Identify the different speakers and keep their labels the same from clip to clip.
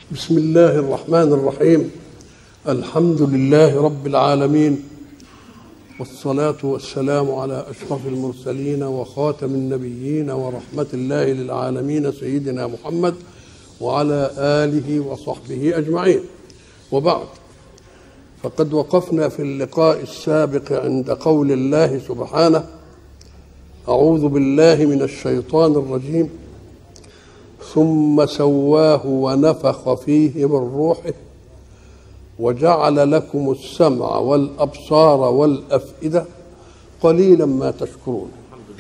Speaker 1: بسم الله الرحمن الرحيم. الحمد لله رب العالمين، والصلاة والسلام على أشرف المرسلين وخاتم النبيين ورحمة الله للعالمين سيدنا محمد وعلى آله وصحبه أجمعين. وبعد، فقد وقفنا في اللقاء السابق عند قول الله سبحانه: أعوذ بالله من الشيطان الرجيم، ثم سواه ونفخ فيه من روحه وجعل لكم السمع والأبصار والأفئدة قليلا ما تشكرون.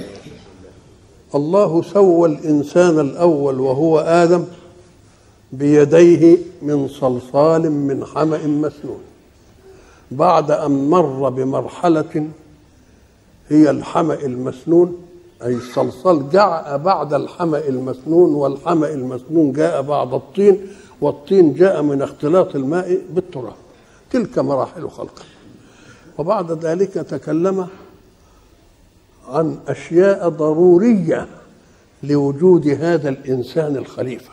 Speaker 1: الله سوى الإنسان الأول وهو آدم بيديه من صلصال من حمأ مسنون، بعد أن مر بمرحلة هي الحمأ المسنون، أي الصلصال جاء بعد الحمأ المسنون، والحمأ المسنون جاء بعد الطين، والطين جاء من اختلاط الماء بالتراب. تلك مراحل خلقه. وبعد ذلك تكلم عن أشياء ضرورية لوجود هذا الإنسان الخليفة،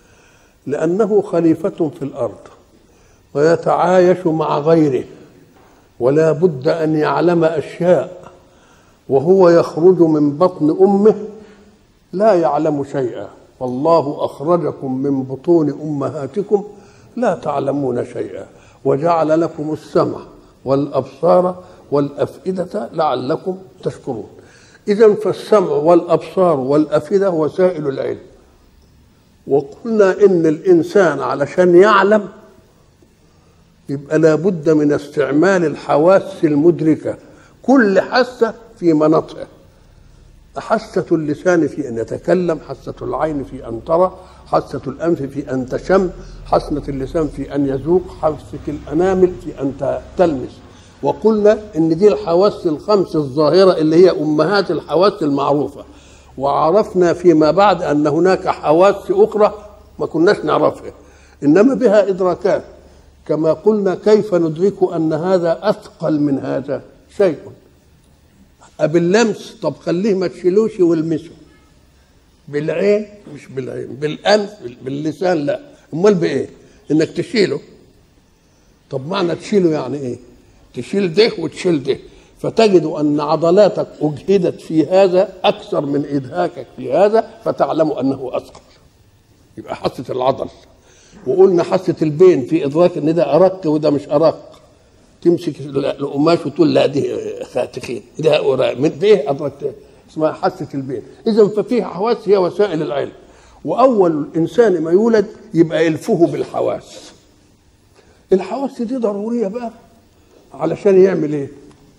Speaker 1: لأنه خليفة في الأرض ويتعايش مع غيره، ولا بد أن يعلم أشياء، وهو يخرج من بطن أمه لا يعلم شيئا. والله أخرجكم من بطون أمهاتكم لا تعلمون شيئا، وجعل لكم السمع والأبصار والأفئدة لعلكم تشكرون. إذن فالسمع والأبصار والأفئدة وسائل العلم. وقلنا إن الإنسان علشان يعلم يبقى لابد من استعمال الحواس المدركة، كل حاسة في مناطقه. حاسة اللسان في أن يتكلم، حاسة العين في أن ترى، حاسة الأنف في أن تشم، حاسة اللسان في أن يذوق، حاسة الأنامل في أن تلمس. وقلنا إن دي الحواس الخمس الظاهرة اللي هي أمهات الحواس المعروفة. وعرفنا فيما بعد أن هناك حواس أخرى ما كناش نعرفها، إنما بها إدراكات، كما قلنا كيف ندرك أن هذا أثقل من هذا شيء باللمس. طب خليه ما تشيلوش والمسه بالعين، مش بالعين، بالأنف، باللسان، لا. امال بايه؟ انك تشيله. طب معنى تشيله يعني ايه؟ تشيل ده وتشيل ده، فتجد ان عضلاتك اجهدت في هذا اكثر من اجهاكك في هذا، فتعلم انه اثقل. يبقى حاسه العضل. وقلنا حاسه البين في ادراك ان ده ارق وده مش ارق. تمسك القماش وتقول لا دي خاتخين، ده من ده ادركت، اسمها حاسه البين. اذا ففيها حواس هي وسائل العلم. واول الانسان ما يولد يبقى يلفه بالحواس. الحواس دي ضروريه بقى علشان يعمل ايه؟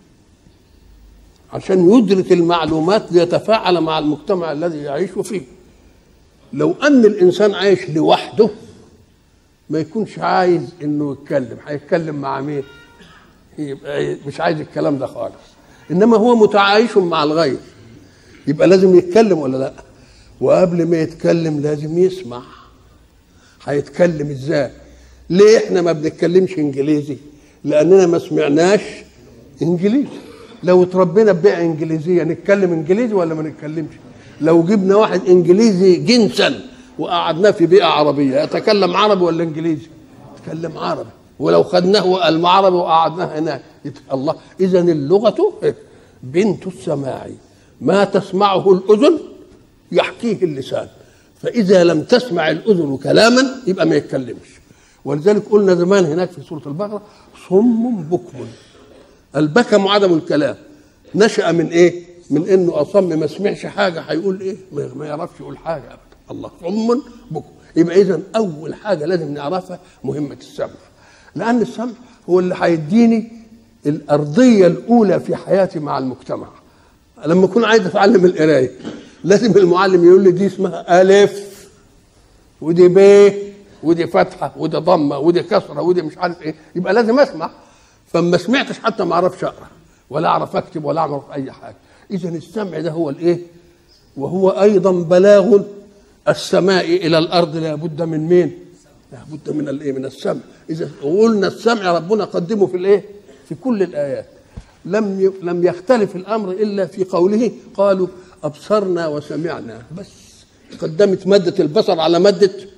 Speaker 1: عشان يدرك المعلومات ليتفاعل مع المجتمع الذي يعيش فيه. لو ان الانسان عايش لوحده ما يكونش عايز انه يتكلم، هيتكلم مع مين؟ يبقى مش عايز الكلام ده خالص. انما هو متعايش مع الغير، يبقى لازم يتكلم ولا لا؟ وقبل ما يتكلم لازم يسمع. هيتكلم ازاي؟ ليه احنا ما بنتكلمش انجليزي؟ لاننا ما سمعناش انجليزي. لو اتربينا ببيئه انجليزيه نتكلم انجليزي ولا ما نتكلمش؟ لو جبنا واحد انجليزي جنسا وقعدناه في بيئه عربيه يتكلم عربي ولا انجليزي؟ يتكلم عربي. ولو خدناه العربي وقعدناه هناك الله. اذا اللغه بنت السماع، ما تسمعه الاذن يحكيه اللسان، فاذا لم تسمع الاذن كلاما يبقى ما يتكلمش. ولذلك قلنا زمان هناك في سوره البقره: صم بكم. البكم عدم الكلام نشأ من ايه؟ من انه اصم ما سمعش حاجه، هيقول ايه؟ ما يعرفش يقول حاجه ابدا. الله صم بكم. يبقى اذا اول حاجه لازم نعرفها مهمه السمع، لأن السمع هو اللي هيديني الأرضية الأولى في حياتي مع المجتمع. لما أكون عايز أتعلم القراية لازم المعلم يقول لي دي اسمها ألف، ودي ب، ودي فتحة، ودي ضمة، ودي كسرة، ودي مش عارف إيه. يبقى لازم أسمع. فما سمعتش حتى ما أعرفش أقرأ ولا أعرف أكتب ولا أعرف أي حاجة. إذن السمع ده هو الإيه؟ وهو أيضا بلاغ السماء إلى الأرض. لابد من مين؟ لابد من الايه؟ من السمع. اذا قلنا السمع ربنا قدمه في الايه؟ في كل الايات. لم يختلف الامر الا في قوله: قالوا ابصرنا وسمعنا. بس قدمت ماده البصر على ماده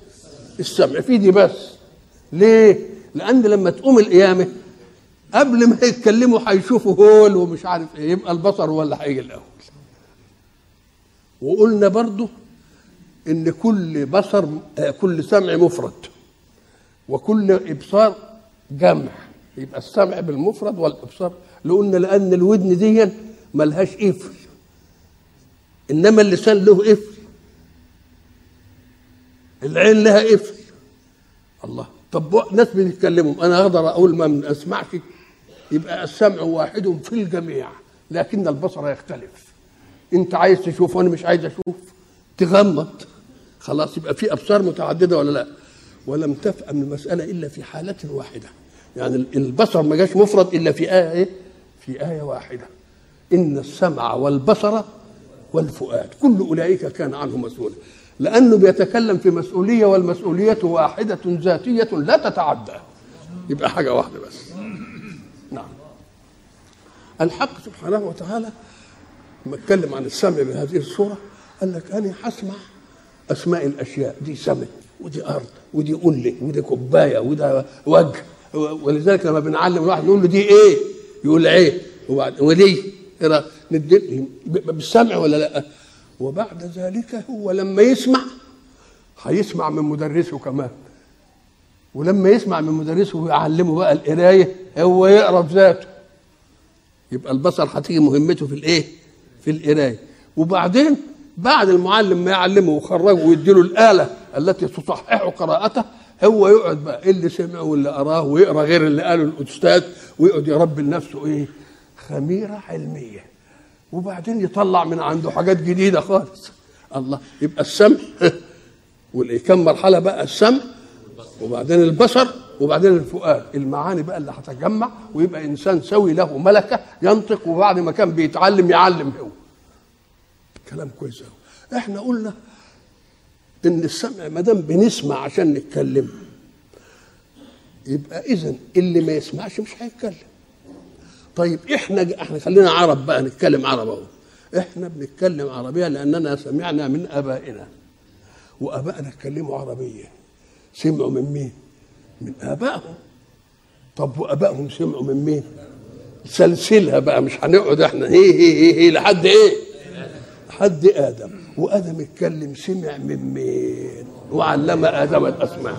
Speaker 1: السمع في دي بس. ليه؟ لأن لما تقوم القيامة قبل ما يتكلموا هيشوفوا هول ومش عارف ايه، يبقى البصر هو اللي هيجي الأول. وقلنا برضو إن كل بصر كل سمع مفرد وكل إبصار جمع، يبقى السمع بالمفرد والإبصار. قلنا لأن الودن دي ملهاش قفل، إنما اللسان له قفل، العين لها قفل. الله، طب ناس بيتكلموا انا اقدر اقول ما اسمعش؟ يبقى السمع واحد في الجميع لكن البصر يختلف. انت عايز تشوف وانا مش عايز اشوف، تغمض خلاص، يبقى في ابصار متعدده ولا لا؟ ولم تفهم المساله الا في حاله واحده، يعني البصر ما جاش مفرد الا في ايه، في ايه واحده، ان السمع والبصر والفؤاد كل اولئك كان عنه مسؤولا، لأنه بيتكلم في مسؤولية والمسؤولية واحدة ذاتية لا تتعدى، يبقى حاجة واحدة بس. نعم. الحق سبحانه وتعالى لما اتكلم عن السمع بهذه الصورة قال لك أنا هسمع أسماء الأشياء، دي سمع ودي أرض ودي قلة ودي كوباية وده وجه، ولذلك لما بنعلم الواحد نقول له دي إيه؟ يقول إيه؟ ودي بالسمع ولا لأ؟ وبعد ذلك هو لما يسمع هيسمع من مدرسه كمان، ولما يسمع من مدرسه ويعلمه بقى القرايه هو يقرا بذاته، يبقى البصر هتيجي مهمته في الايه؟ في القرايه. وبعدين بعد المعلم ما يعلمه ويخرجه ويديله الاله التي تصحح قراءته، هو يقعد بقى اللي سمعه واللي قراه ويقرا غير اللي قاله الاستاذ، ويقعد يربي لنفسه ايه؟ خميره علميه، وبعدين يطلع من عنده حاجات جديده خالص. الله، يبقى السمع كم مرحله بقى؟ السمع وبعدين البصر وبعدين الفؤاد، المعاني بقى اللي هتجمع ويبقى انسان سوي له ملكه ينطق، وبعد ما كان بيتعلم يعلم هو. كلام كويس قوي. احنا قلنا ان السمع ما دام بنسمع عشان نتكلم، يبقى اذا اللي ما يسمعش مش هيتكلم. طيب احنا خلينا عرب بقى، نتكلم عرب اهو. احنا بنتكلم عربيه لاننا سمعنا من ابائنا، وابائنا اتكلموا عربيه. سمعوا من مين؟ من ابائهم. طب وابائهم سمعوا من مين؟ سلسلها بقى، مش هنقعد احنا هي لحد ايه؟ لحد ادم. وادم اتكلم سمع من مين؟ وعلم ادم الاسماء.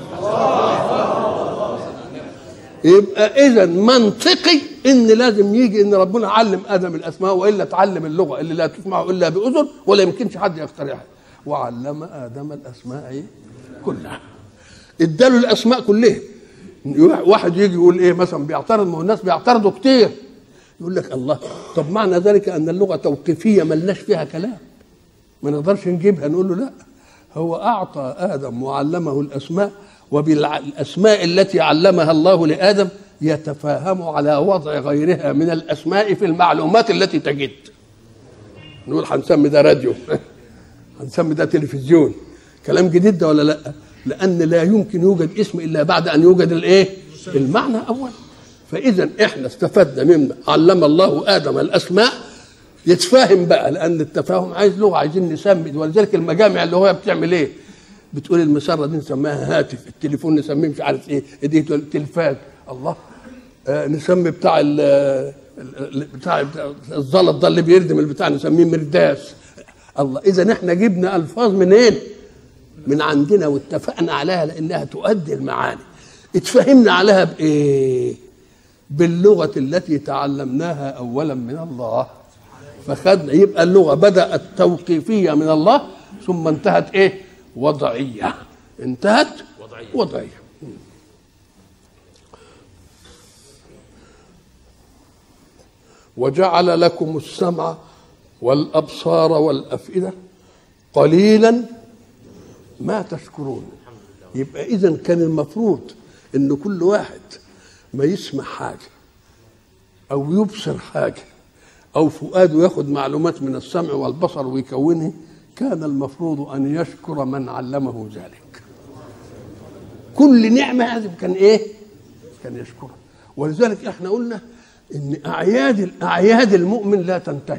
Speaker 1: يبقى اذا منطقي ان لازم يجي ان ربنا علم ادم الاسماء، والا تعلم اللغه اللي لا تسمع الا باذن ولا يمكنش حد يخترعها. وعلم ادم الاسماء كلها، اداله الاسماء كلها. واحد يجي يقول ايه مثلا بيعترض، ما هو الناس بيعترضوا كتير، يقول لك الله، طب معنى ذلك ان اللغه توقيفيه ملناش فيها كلام، ما نقدرش نجيبها؟ نقول له لا، هو اعطى ادم وعلمه الاسماء، وبالاسماء التي علمها الله لادم يتفاهم على وضع غيرها من الاسماء في المعلومات التي تجد. نقول هنسمي ده راديو هنسمي ده تلفزيون، كلام جديد ده ولا لا؟ لان لا يمكن يوجد اسم الا بعد ان يوجد الايه؟ المعنى اولا. فاذا احنا استفدنا مما علم الله ادم الاسماء، يتفاهم بقى، لان التفاهم عايز لغه، عايزين نسمي. ولذلك المجامع اللي هو بتعمل ايه؟ بتقول المسره دي نسميها هاتف، التليفون نسميه مش عارف ايه، دي تلفاز. الله، نسمي بتاع الزلط ده اللي بيردم البتاع نسميه مرداس. الله، اذا احنا جبنا الفاظ منين؟ من عندنا، واتفقنا عليها لانها تؤدي المعاني. اتفهمنا عليها بايه؟ باللغه التي تعلمناها اولا من الله. فخدنا، يبقى اللغه بدات توقيفيه من الله ثم انتهت ايه؟ وضعيه. انتهت وضعيه. وجعل لكم السمع والابصار والافئده قليلا ما تشكرون. يبقى اذا كان المفروض ان كل واحد ما يسمع حاجه او يبصر حاجه او فؤاده ياخد معلومات من السمع والبصر ويكونه، كان المفروض ان يشكر من علمه ذلك. كل نعمه هذه كان ايه؟ كان يشكرها. ولذلك احنا قلنا ان اعياد المؤمن لا تنتهي.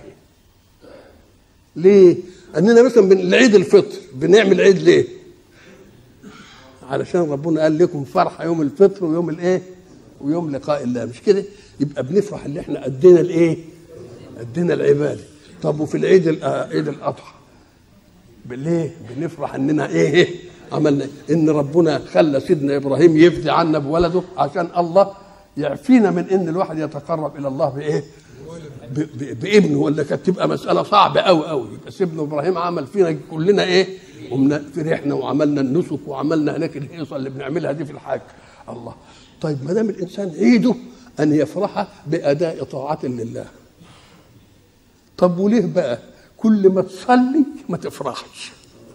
Speaker 1: ليه؟ اننا مثلا العيد الفطر بنعمل عيد ليه؟ علشان ربنا قال لكم فرحه يوم الفطر ويوم الايه ويوم لقاء الله، مش كده؟ يبقى بنفرح اللي احنا ادينا الايه؟ ادينا العباده. طب وفي العيد عيد الاضحى بالليه بنفرح اننا ايه عملنا؟ ان ربنا خلى سيدنا ابراهيم يفدي عنا بولده عشان الله يعفينا من ان الواحد يتقرب الى الله بايه؟ بابنه، ولا كانت تبقى مساله صعبه قوي قوي. يبقى سيدنا ابراهيم عمل فينا كلنا ايه؟ فرحنا وعملنا النسك وعملنا هناك الهيصه اللي بنعملها دي في الحج. الله. طيب ما دام الانسان عيده ان يفرح باداء طاعه لله، طب وليه بقى كل ما تصلي ما تفرحش؟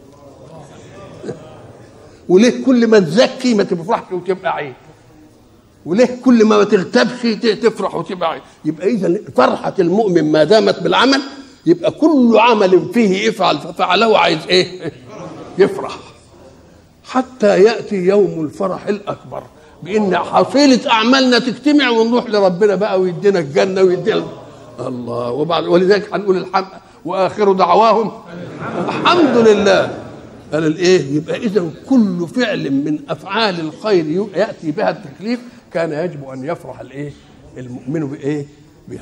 Speaker 1: وليه كل ما تزكي ما تفرحش وتبقى عيد؟ وليه كل ما تغتابش تفرح وتبقى عيد؟ يبقى اذا فرحه المؤمن ما دامت بالعمل، يبقى كل عمل فيه يفعل ففعله عايز ايه؟ يفرح، حتى ياتي يوم الفرح الاكبر بان حصيله اعمالنا تجتمع ونروح لربنا بقى ويدينا الجنه ويدينا الله. وبعد ولذلك هنقول الحمد واخر دعواهم الحمد لله. قال الايه؟ يبقى اذا كل فعل من افعال الخير ياتي بها التكليف كان يجب ان يفرح الايه؟ المؤمن بايه؟ بها.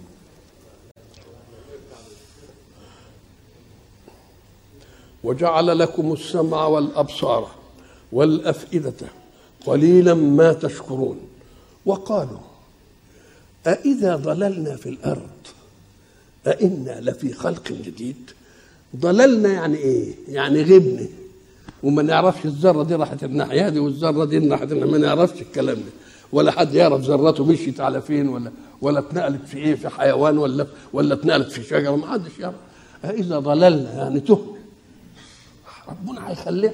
Speaker 1: وجعل لكم السمع والابصار والافئده قليلا ما تشكرون. وقالوا أإذا ضللنا في الأرض أإنا لفي خلق جديد؟ ضللنا يعني إيه؟ يعني غبنا وما نعرفش الذرة دي راحت الناحية دي والذرة دي الناحية دي، ما نعرفش الكلام ده، ولا حد يعرف ذرته مشيت على فين ولا اتنقلت في إيه، في حيوان ولا اتنقلت في شجرة، ما حدش يعرف. أإذا ضللنا يعني تهنا، ربنا هيخلينا.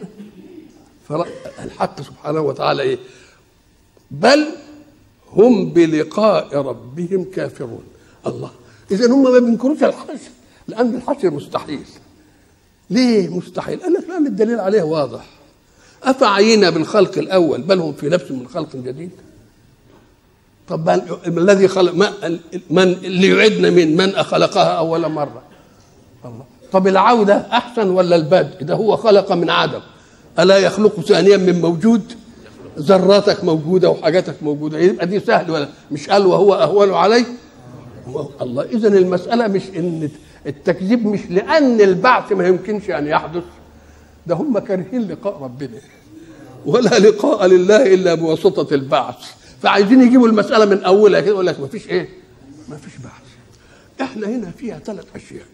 Speaker 1: فالحق سبحانه وتعالى إيه؟ بل هم بلقاء ربهم كافرون. الله. إذا هم ما بينكروش الحشر، لأن الحشر مستحيل. ليه مستحيل؟ قال لك لأن الدليل عليه واضح. أفعينا بالخلق الأول بل هم في لبس من خلق جديد. طب الذي خلق من اللي يعدنا من خلقها أول مرة؟ الله. طب العودة أحسن ولا البدء؟ ده هو خلق من عدم، ألا يخلق ثانيا من موجود؟ ذراتك موجوده وحاجاتك موجوده، يبقى دي سهل ولا مش؟ قال وهو اهون عليه الله. اذا المساله مش ان التكذيب مش لان البعث ما يمكنش ان يحدث، ده هم كارهين لقاء ربنا، ولا لقاء لله الا بواسطه البعث، فعايزين يجيبوا المساله من اولها كده يقول لك ما فيش ايه؟ ما فيش بعث. احنا هنا فيها 3 أشياء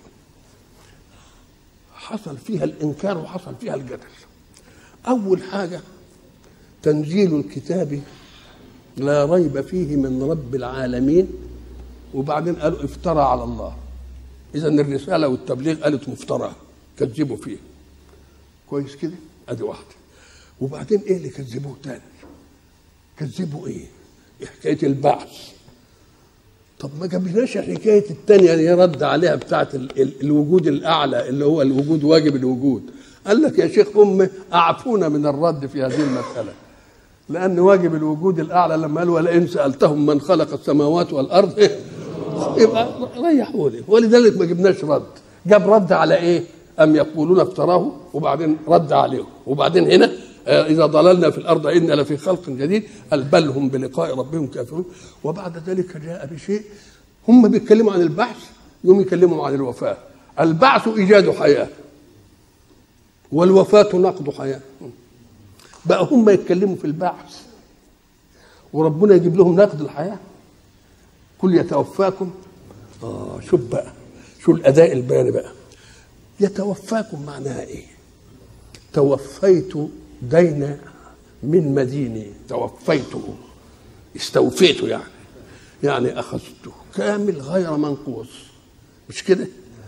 Speaker 1: حصل فيها الانكار وحصل فيها الجدل. اول حاجه تنزيل الكتاب لا ريب فيه من رب العالمين، وبعدين قالوا افترى على الله. اذا الرساله والتبليغ قالت مفترى، كذبوا فيه. كويس كده؟ ادي واحده. وبعدين ايه اللي كذبوه تاني؟ كذبوا ايه؟ حكايه البعث. طب ما جابلناش حكايه الثانيه اللي رد عليها بتاعه الوجود الاعلى اللي هو الوجود واجب الوجود. قال لك يا شيخ اعفونا من الرد في هذه المساله، لأن واجب الوجود الأعلى لما قال ولئن سألتهم من خلق السماوات والأرض يبقى ريحوا لي. ولذلك ما جبناش رد. جاب رد على إيه؟ أم يقولون افتراه، وبعدين رد عليهم. وبعدين هنا إذا ضللنا في الأرض إنا لفي خلق جديد، قال بل هم بلقاء ربهم كافرون. وبعد ذلك جاء بشيء، هم بيتكلموا عن البعث يوم يكلموا عن الوفاة. البعث إيجاد حياة والوفاة نقض حياة. بقى هم يتكلموا في البعث وربنا يجيب لهم نقد الحياة. كل يتوفاكم شوف بقى، شو الأداء البياني بقى. يتوفاكم معناها إيه؟ توفيت دين من مديني، توفيته استوفيته، يعني أخذته كامل غير منقوص، مش كده؟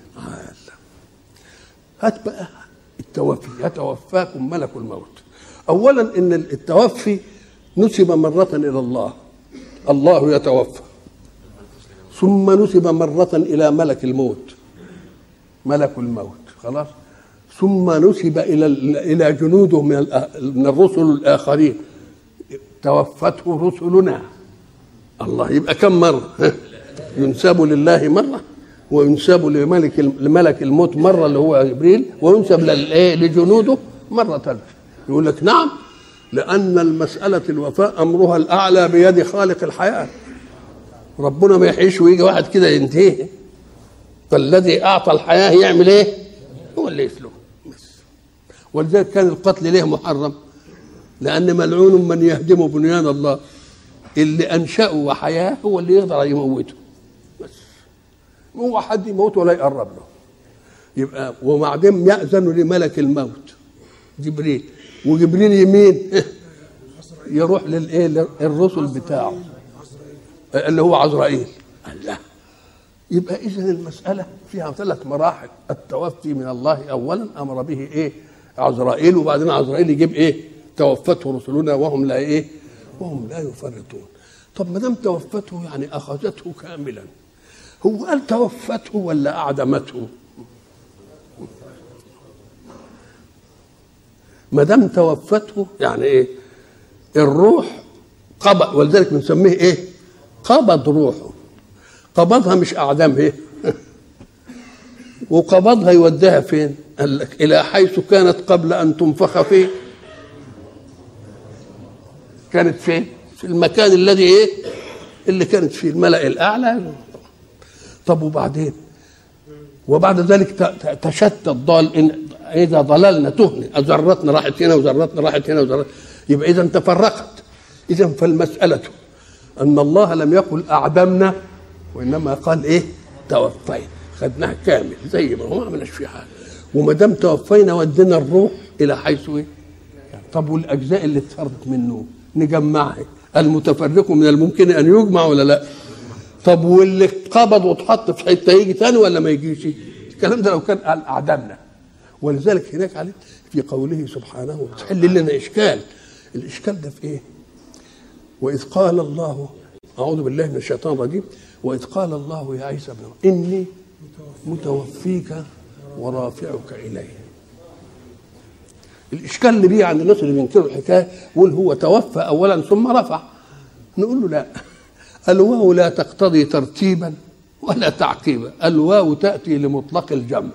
Speaker 1: هات بقى التوفي. يتوفاكم ملك الموت. اولا ان التوفي نسب مره الى الله، الله يتوفى، ثم نسب مره الى ملك الموت، ملك الموت، خلاص، ثم نسب الى جنوده من الرسل الاخرين، توفته رسلنا. الله. يبقى كم مره؟ ينسب لله مره، وينسب لملك الموت مره اللي هو جبريل، وينسب لجنوده مره ثالثه. يقول لك نعم لأن المسألة الوفاء أمرها الأعلى بيد خالق الحياة. ربنا ما يحييش ويجي واحد كده ينتهي، فالذي أعطى الحياة يعمل إيه؟ هو اللي يسلبه بس. ولذلك كان القتل ليه محرم؟ لأن ملعون من يهدم بنيان الله. اللي أنشأه وحياه هو اللي يقدر يموته بس. هو حد يموته ولا يقرب له. يبقى وبعدين يأذن لملك الموت جبريل، وجبريل يمين يروح للايه الرسل بتاعه اللي هو عزرائيل. الله. يبقى اذا المساله فيها 3 مراحل. التوفي من الله اولا امر به ايه؟ عزرائيل، وبعدين عزرائيل يجيب ايه؟ توفته رسلنا وهم لا ايه؟ وهم لا يفرطون. طب ما دام توفته يعني اخذته كاملا، هو قال توفته ولا اعدمته؟ ما دام توفته يعني ايه؟ الروح قبض، ولذلك بنسميه ايه؟ قبض روحه. قبضها مش اعدامها ايه؟ وقبضها يوديها فين؟ قال لك الى حيث كانت قبل ان تنفخ فيه. كانت فين؟ في المكان الذي ايه؟ اللي كانت فيه الملأ الاعلى. طب وبعدين؟ وبعد ذلك تشتت ضال. إن إذا ضللنا تهني، ذرتنا راحت هنا وذرتنا راحت هنا وذرتنا، يبقى إذا تفرقت. إذا فالمسألة أن الله لم يقل أعدمنا، وإنما قال إيه؟ توفينا، خدناها كامل زي ما هو، ما عملناش فيه حاجة. وما دام توفينا ودينا الروح إلى حيث إيه؟ طب والأجزاء اللي اتفرقت منه نجمعها. المتفرق من الممكن أن يجمع ولا لا؟ طب واللي اتقبض واتحط في حته يجي تاني ولا ما يجيش؟ الكلام ده لو كان قال اعدمنا. ولذلك هناك عليه في قوله سبحانه تحل لنا اشكال. الاشكال ده في ايه؟ واذ قال الله، اعوذ بالله من الشيطان الرجيم، واذ قال الله يا عيسى ابن اني متوفيك ورافعك الي. الاشكال اللي بيه عند الناس اللي بينكروا الحكايه يقول هو توفى اولا ثم رفع. نقول له لا، الواو لا تقتضي ترتيبا ولا تعقيبا، الواو تأتي لمطلق الجمع.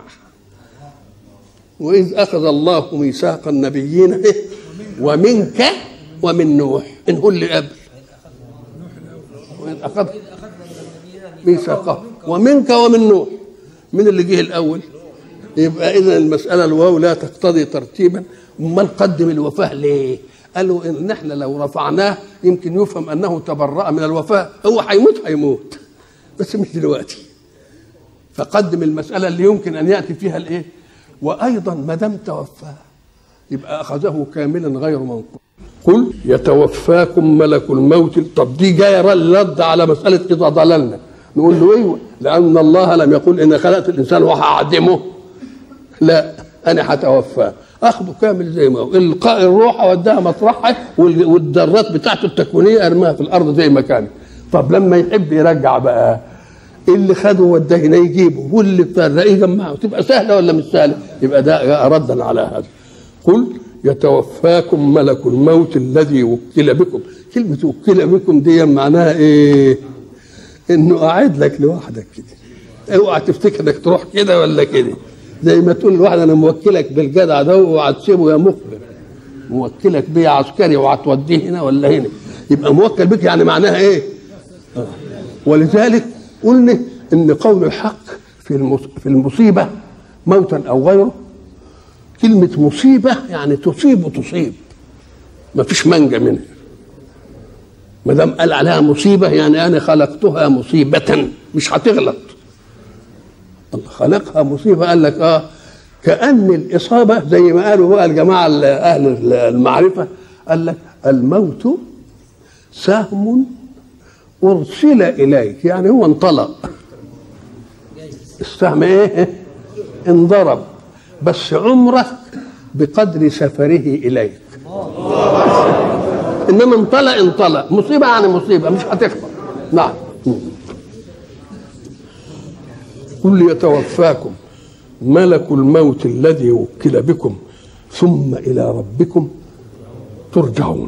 Speaker 1: وإذ أخذ الله ميثاق النبيين ومنك ومن نوح، إن هو اللي قبل. وإذ أخذ ميثاقه ومنك ومن نوح، من اللي جه الأول؟ يبقى إذن المسألة الواو لا تقتضي ترتيبا. امال قدم الوفاة ليه؟ قالوا ان احنا لو رفعناه يمكن يفهم انه تبرأ من الوفاة. هو هيموت بس مش دلوقتي، فقدم المسألة اللي يمكن ان يأتي فيها الايه. وايضا ما دام توفاه يبقى اخذه كاملا غير منقوص. قل يتوفاكم ملك الموت. طب دي جايه رد على مسألة اذا ضللنا. نقول له ايوه، لان الله لم يقل ان خلقت الانسان وهعدمه، لا، انا هتوفاه اخذه كامل زي ما هو. القاء الروح وداها مطرحها، والذرات بتاعته التكوينيه ارماها في الارض زي ما كانت. طب لما يحب يرجع بقى، اللي خده وداه هنا يجيبه، واللي فرقه يجمعه. تبقى سهله ولا مش سهله؟ يبقى ده ردا على هذا. قل يتوفاكم ملك الموت الذي وكل بكم. كلمه وكل بكم دي معناها ايه؟ انه قاعد لك لوحدك كده. اوعى تفتكر انك تروح كده ولا كده، زي ما تقول لواحد انا موكلك بالجدع ده وهتسيبه يا مخبر، موكلك بيه عسكري وهتوديه هنا ولا هنا. يبقى موكل بك يعني معناها ايه؟ ولذلك قلنا ان قول الحق في المصيبه موتا او غيره، كلمه مصيبه يعني تصيب وتصيب، ما فيش منجا منها. ما دام قال عليها مصيبه يعني انا خلقتها مصيبه، مش هتغلط. الله خلقها مصيبه. قال لك كأن الإصابة زي ما قالوا بقى الجماعة أهل المعرفة، قال لك الموت سهم أرسل إليك، يعني هو انطلق. السهم إيه؟ انضرب، بس عمرك بقدر سفره إليك. إنما انطلق مصيبة يعني مصيبة مش هتخبر. نعم. قل يتوفاكم ملك الموت الذي وكل بكم ثم إلى ربكم ترجعون.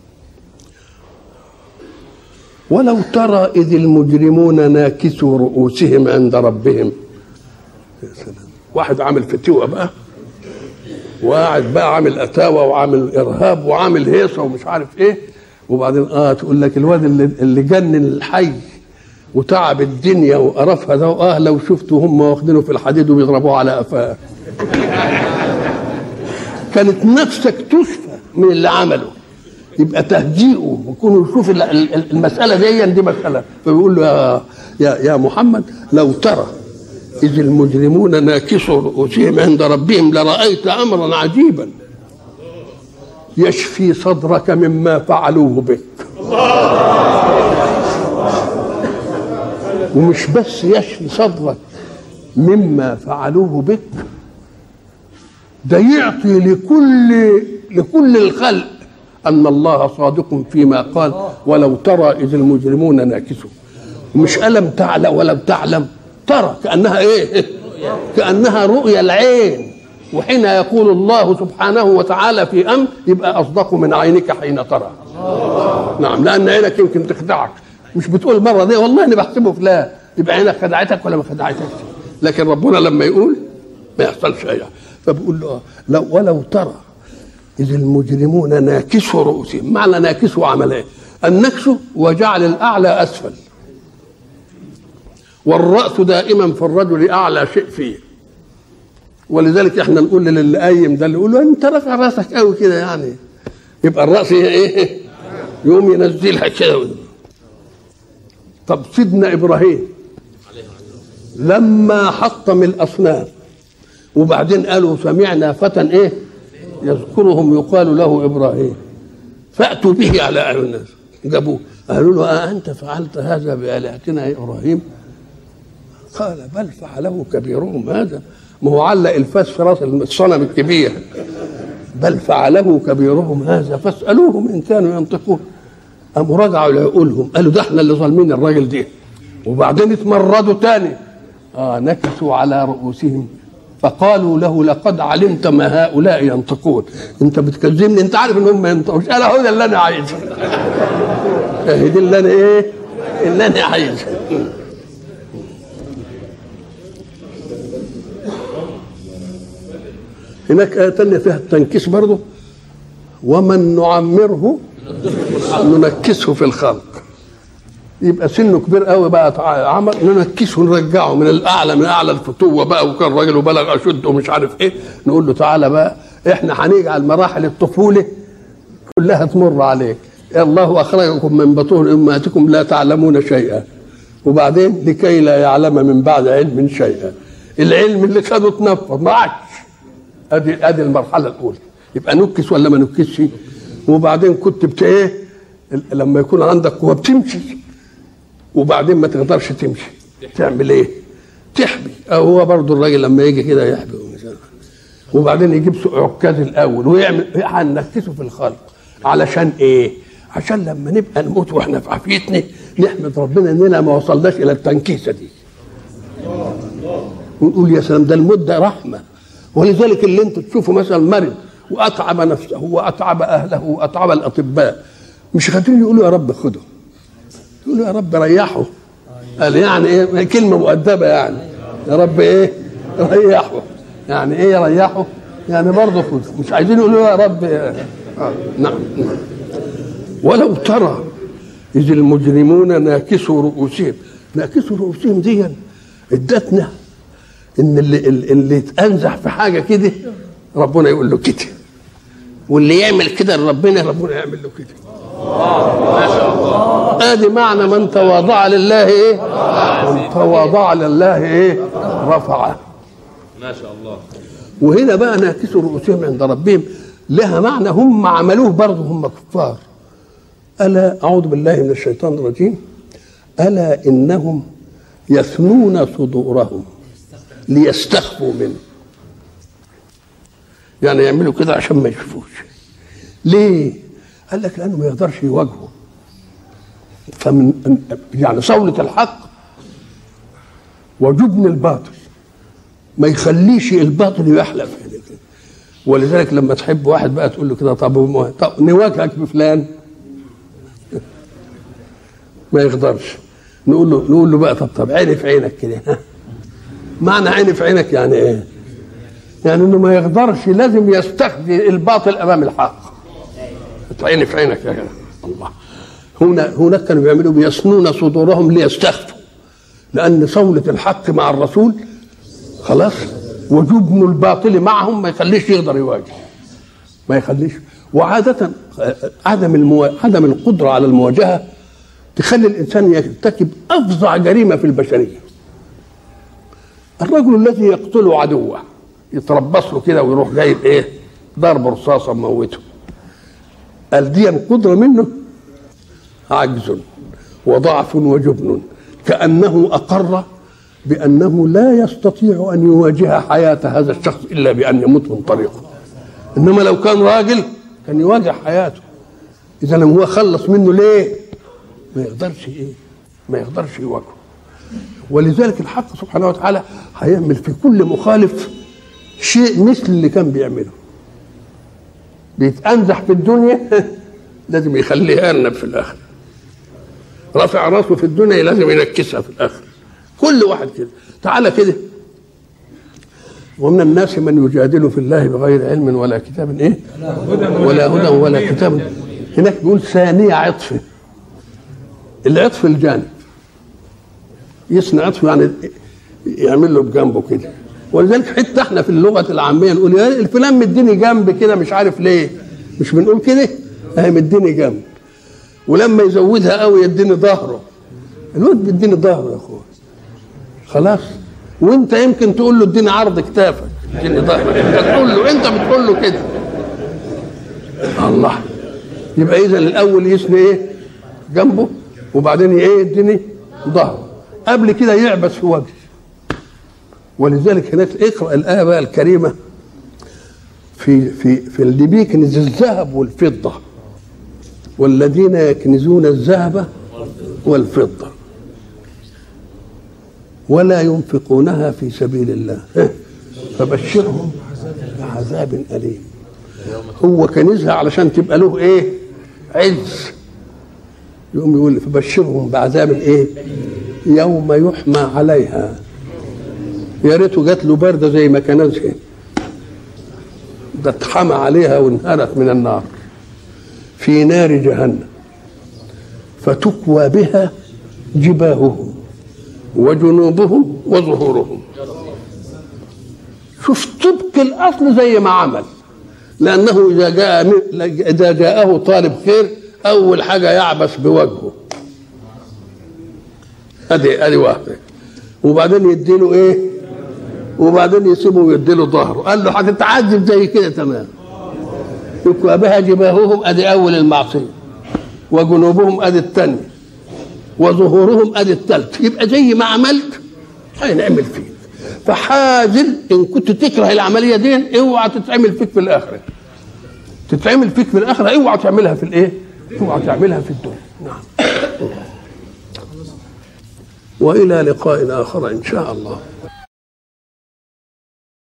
Speaker 1: ولو ترى إذ المجرمون ناكسوا رؤوسهم عند ربهم. يا سلام، واحد عامل فتوى بقى وقاعد بقى عامل اتاوه وعامل ارهاب وعامل هيصه ومش عارف ايه، وبعدين تقول لك الواد اللي جنن الحي وتعب الدنيا وقرفها ده، لو شفتوا هم واخدينه في الحديد وبيضربوه على قفاه كانت نفسك تشفى من اللي عمله، يبقى تهجيئه ويكونوا يشوف المساله دي مساله. فبيقول له يا محمد لو ترى إذ المجرمون ناكسوا رؤوسهم عند ربهم لرأيت أمرا عجيبا يشفي صدرك مما فعلوه بك. ومش بس يشفي صدرك مما فعلوه بك، ده يعطي لكل الخلق أن الله صادق فيما قال ولو ترى إذ المجرمون ناكسوا. مش ألم تعلم ولم تعلم، ترى كأنها إيه؟ كأنها رؤيا العين. وحين يقول الله سبحانه وتعالى في أمر يبقى أصدق من عينك حين ترى. نعم، لأن عينك يمكن تخدعك، مش بتقول مرة دي والله أنا بحسبه فلان، يبقى عينك خدعتك ولا ما خدعتكش. لكن ربنا لما يقول ما يحصلش شيء. فبقول له ولو ترى إذ المجرمون ناكسوا رؤوسهم. معنى ناكسوا عمل إيه؟ النكس وجعل الأعلى أسفل، والرأس دائما في الرجل أعلى شيء فيه. ولذلك احنا نقول للي قايم ده، اللي يقول له انت رافع راسك قوي كده يعني، يبقى الرأس هي ايه؟ يوم ينزلها كده. طب سيدنا إبراهيم لما حطم الأصنام وبعدين قالوا سمعنا فتى ايه يذكرهم يقال له إبراهيم فأتوا به على أعين الناس، جابوه قالوا له أنت فعلت هذا بآلهتنا يا إبراهيم؟ قال بل فعله كبيرهم هذا. ما هو علق الفاس في راس الصنم الكبير. بل فعله كبيرهم هذا فاسألوهم إن كانوا ينطقون. قاموا رجعوا لعقولهم قالوا ده احنا اللي ظالمين الراجل ده. وبعدين اتمردوا تاني نكسوا على رؤوسهم فقالوا له لقد علمت ما هؤلاء ينطقون. انت بتكذبني، انت عارف ان هم ينطقوش. قال هو ده اللي انا عايزه. دي اللي انا ايه؟ اللي انا عايزه. هناك آية تانية فيها التنكيس برضه، ومن نعمره ننكسه في الخلق. يبقى سنه كبير قوي بقى عمل ننكسه نرجعه من اعلى الفتوه بقى، وكان راجل وبلغ اشد ومش عارف ايه، نقول له تعالى بقى احنا هنجعل مراحل الطفوله كلها تمر عليك. الله اخرجكم من بطون امهاتكم لا تعلمون شيئا، وبعدين لكي لا يعلم من بعد علم شيئا. العلم اللي خده اتنفض ما عادش. ادي المرحله الاولى. يبقى نكس ولا ما نكسش؟ وبعدين كنت ايه لما يكون عندك قوه بتمشي وبعدين ما تقدرش تمشي تعمل ايه؟ تحبي. هو برضو الراجل لما يجي كده يحبي وبعدين يجيب عكاز الاول ويعمل. هنكسه في الخلق علشان ايه؟ عشان لما نبقى نموت واحنا في عافيتنا نحمد ربنا اننا ما وصلناش الى التنكيسه دي، ونقول يا سلام ده الموت ده رحمه. ولذلك اللي انت تشوفه مثلا مرض واتعب نفسه واتعب اهله واتعب الاطباء، مش قادرين يقولوا يا رب خده، يقولوا يا رب ريحه. قال يعني ايه؟ كلمه مؤدبه يعني، يا رب ايه؟ ريحه. يعني ايه يريحه؟ يعني برضه خده، مش عايزين يقولوا يا رب. نعم. ولو ترى اذ المجرمون ناكسوا رؤوسهم. ناكسوا رؤوسهم دي ادتنا ان اللي يتأنزح في حاجه كده ربنا يقول له كده، واللي يعمل كده ربنا يعمل له كده. ما شاء الله. ادي معنى من تواضع لله ايه؟ من تواضع لله ايه؟ رفعه.
Speaker 2: ما شاء الله.
Speaker 1: وهنا بقى ناكسوا رؤوسهم عند ربهم لها معنى هم عملوه برضه، هم كفار. الا اعوذ بالله من الشيطان الرجيم. الا انهم يثنون صدورهم ليستخفوا منه. يعني يعملوا كده عشان ما يشوفوش. ليه؟ قال لك لانه ما يقدرش يواجهه. فمن يعني صولة الحق وجبن الباطل ما يخليش الباطل يحلف. ولذلك لما تحب واحد بقى تقول له كده طب نواجهك بفلان ما يقدرش. نقول له بقى طب عيني في عينك كده. معنى عيني في عينك يعني ايه؟ يعني انه ما يقدرش، لازم يستخدم الباطل امام الحق. عيني في عينك يا جماعه الله. هناك كانوا بيعملوا بيصنون صدورهم ليستخفوا، لان صولة الحق مع الرسول خلاص، وجبن الباطل معهم ما يخليش يقدر يواجه، ما يخليش. وعادة عدم القدرة على المواجهة تخلي الإنسان يرتكب أفظع جريمة في البشرية. الرجل الذي يقتل عدوه يتربص له كده ويروح جايب إيه؟ ضرب رصاصة موته. قال دي قدرة منه؟ عجز وضعف وجبن، كأنه أقر بأنه لا يستطيع أن يواجه حياة هذا الشخص إلا بأن يموت من طريقه. إنما لو كان راجل كان يواجه حياته. إذا هو خلص منه ليه؟ ما يقدرش إيه؟ ما يقدرش يواجهه. ولذلك الحق سبحانه وتعالى هيعمل في كل مخالف شيء مثل اللي كان بيعمله. بيتأنزح في الدنيا لازم يخليه أرنب في الآخر. رافع راسه في الدنيا لازم ينكسها في الآخر. كل واحد كده. تعالى كده. ومن الناس من يجادل في الله بغير علم ولا كتاب ايه؟ ولا هدى ولا كتاب. هناك بيقول ثانية عطف. العطف الجانب. يصنع عطف يعني يعمل له بجنبه كده. ولذلك حتى احنا في اللغة العامية نقول يا الفلان مديني جنب كده مش عارف ليه. مش بنقول كده؟ اهي مديني جنب. ولما يزودها قوي يديني ظهره. الواد بيديني ظهره يا اخويا. خلاص؟ وانت يمكن تقول له اديني عرض كتافك، اديني ظهرك، انت بتقول له كده. الله. يبقى اذا الاول يسني ايه؟ جنبه، وبعدين ايه؟ يديني ظهره. قبل كده يعبس في وجهه. ولذلك هناك اقرا الايه بقى الكريمه في اللي بيكنز الذهب والفضه، والذين يكنزون الذهب والفضه ولا ينفقونها في سبيل الله فبشرهم بعذاب أليم. هو كنزها علشان تبقى له ايه؟ عز. يقوم يقول فبشرهم بعذاب ايه؟ يوم يحمى عليها. يا ريته جات له برده زي ما كنزها، ده اتحمى عليها وانهارت من النار في نار جهنم فتكوى بها جباههم وجنوبهم وظهورهم. شوف طبق الاصل زي ما عمل، لانه اذا جاءه طالب خير اول حاجه يعبس بوجهه. ادي واحده. وبعدين يديله ايه؟ وبعدين يسيبه ويديله ظهره. قال له هتتعذب زي كده تمام. يكوى بها جباههم ادي اول المعصيه، وجنوبهم ادي الثانيه، وظهورهم ادي الثالث. يبقى زي ما عملت هنعمل فيك. فحاذر ان كنت تكره العمليه دي اوعى تتعمل فيك في الاخره. تتعمل فيك في الاخره اوعى تعملها في الايه؟ اوعى تعملها في الدنيا. نعم. والى لقاء اخر ان شاء الله.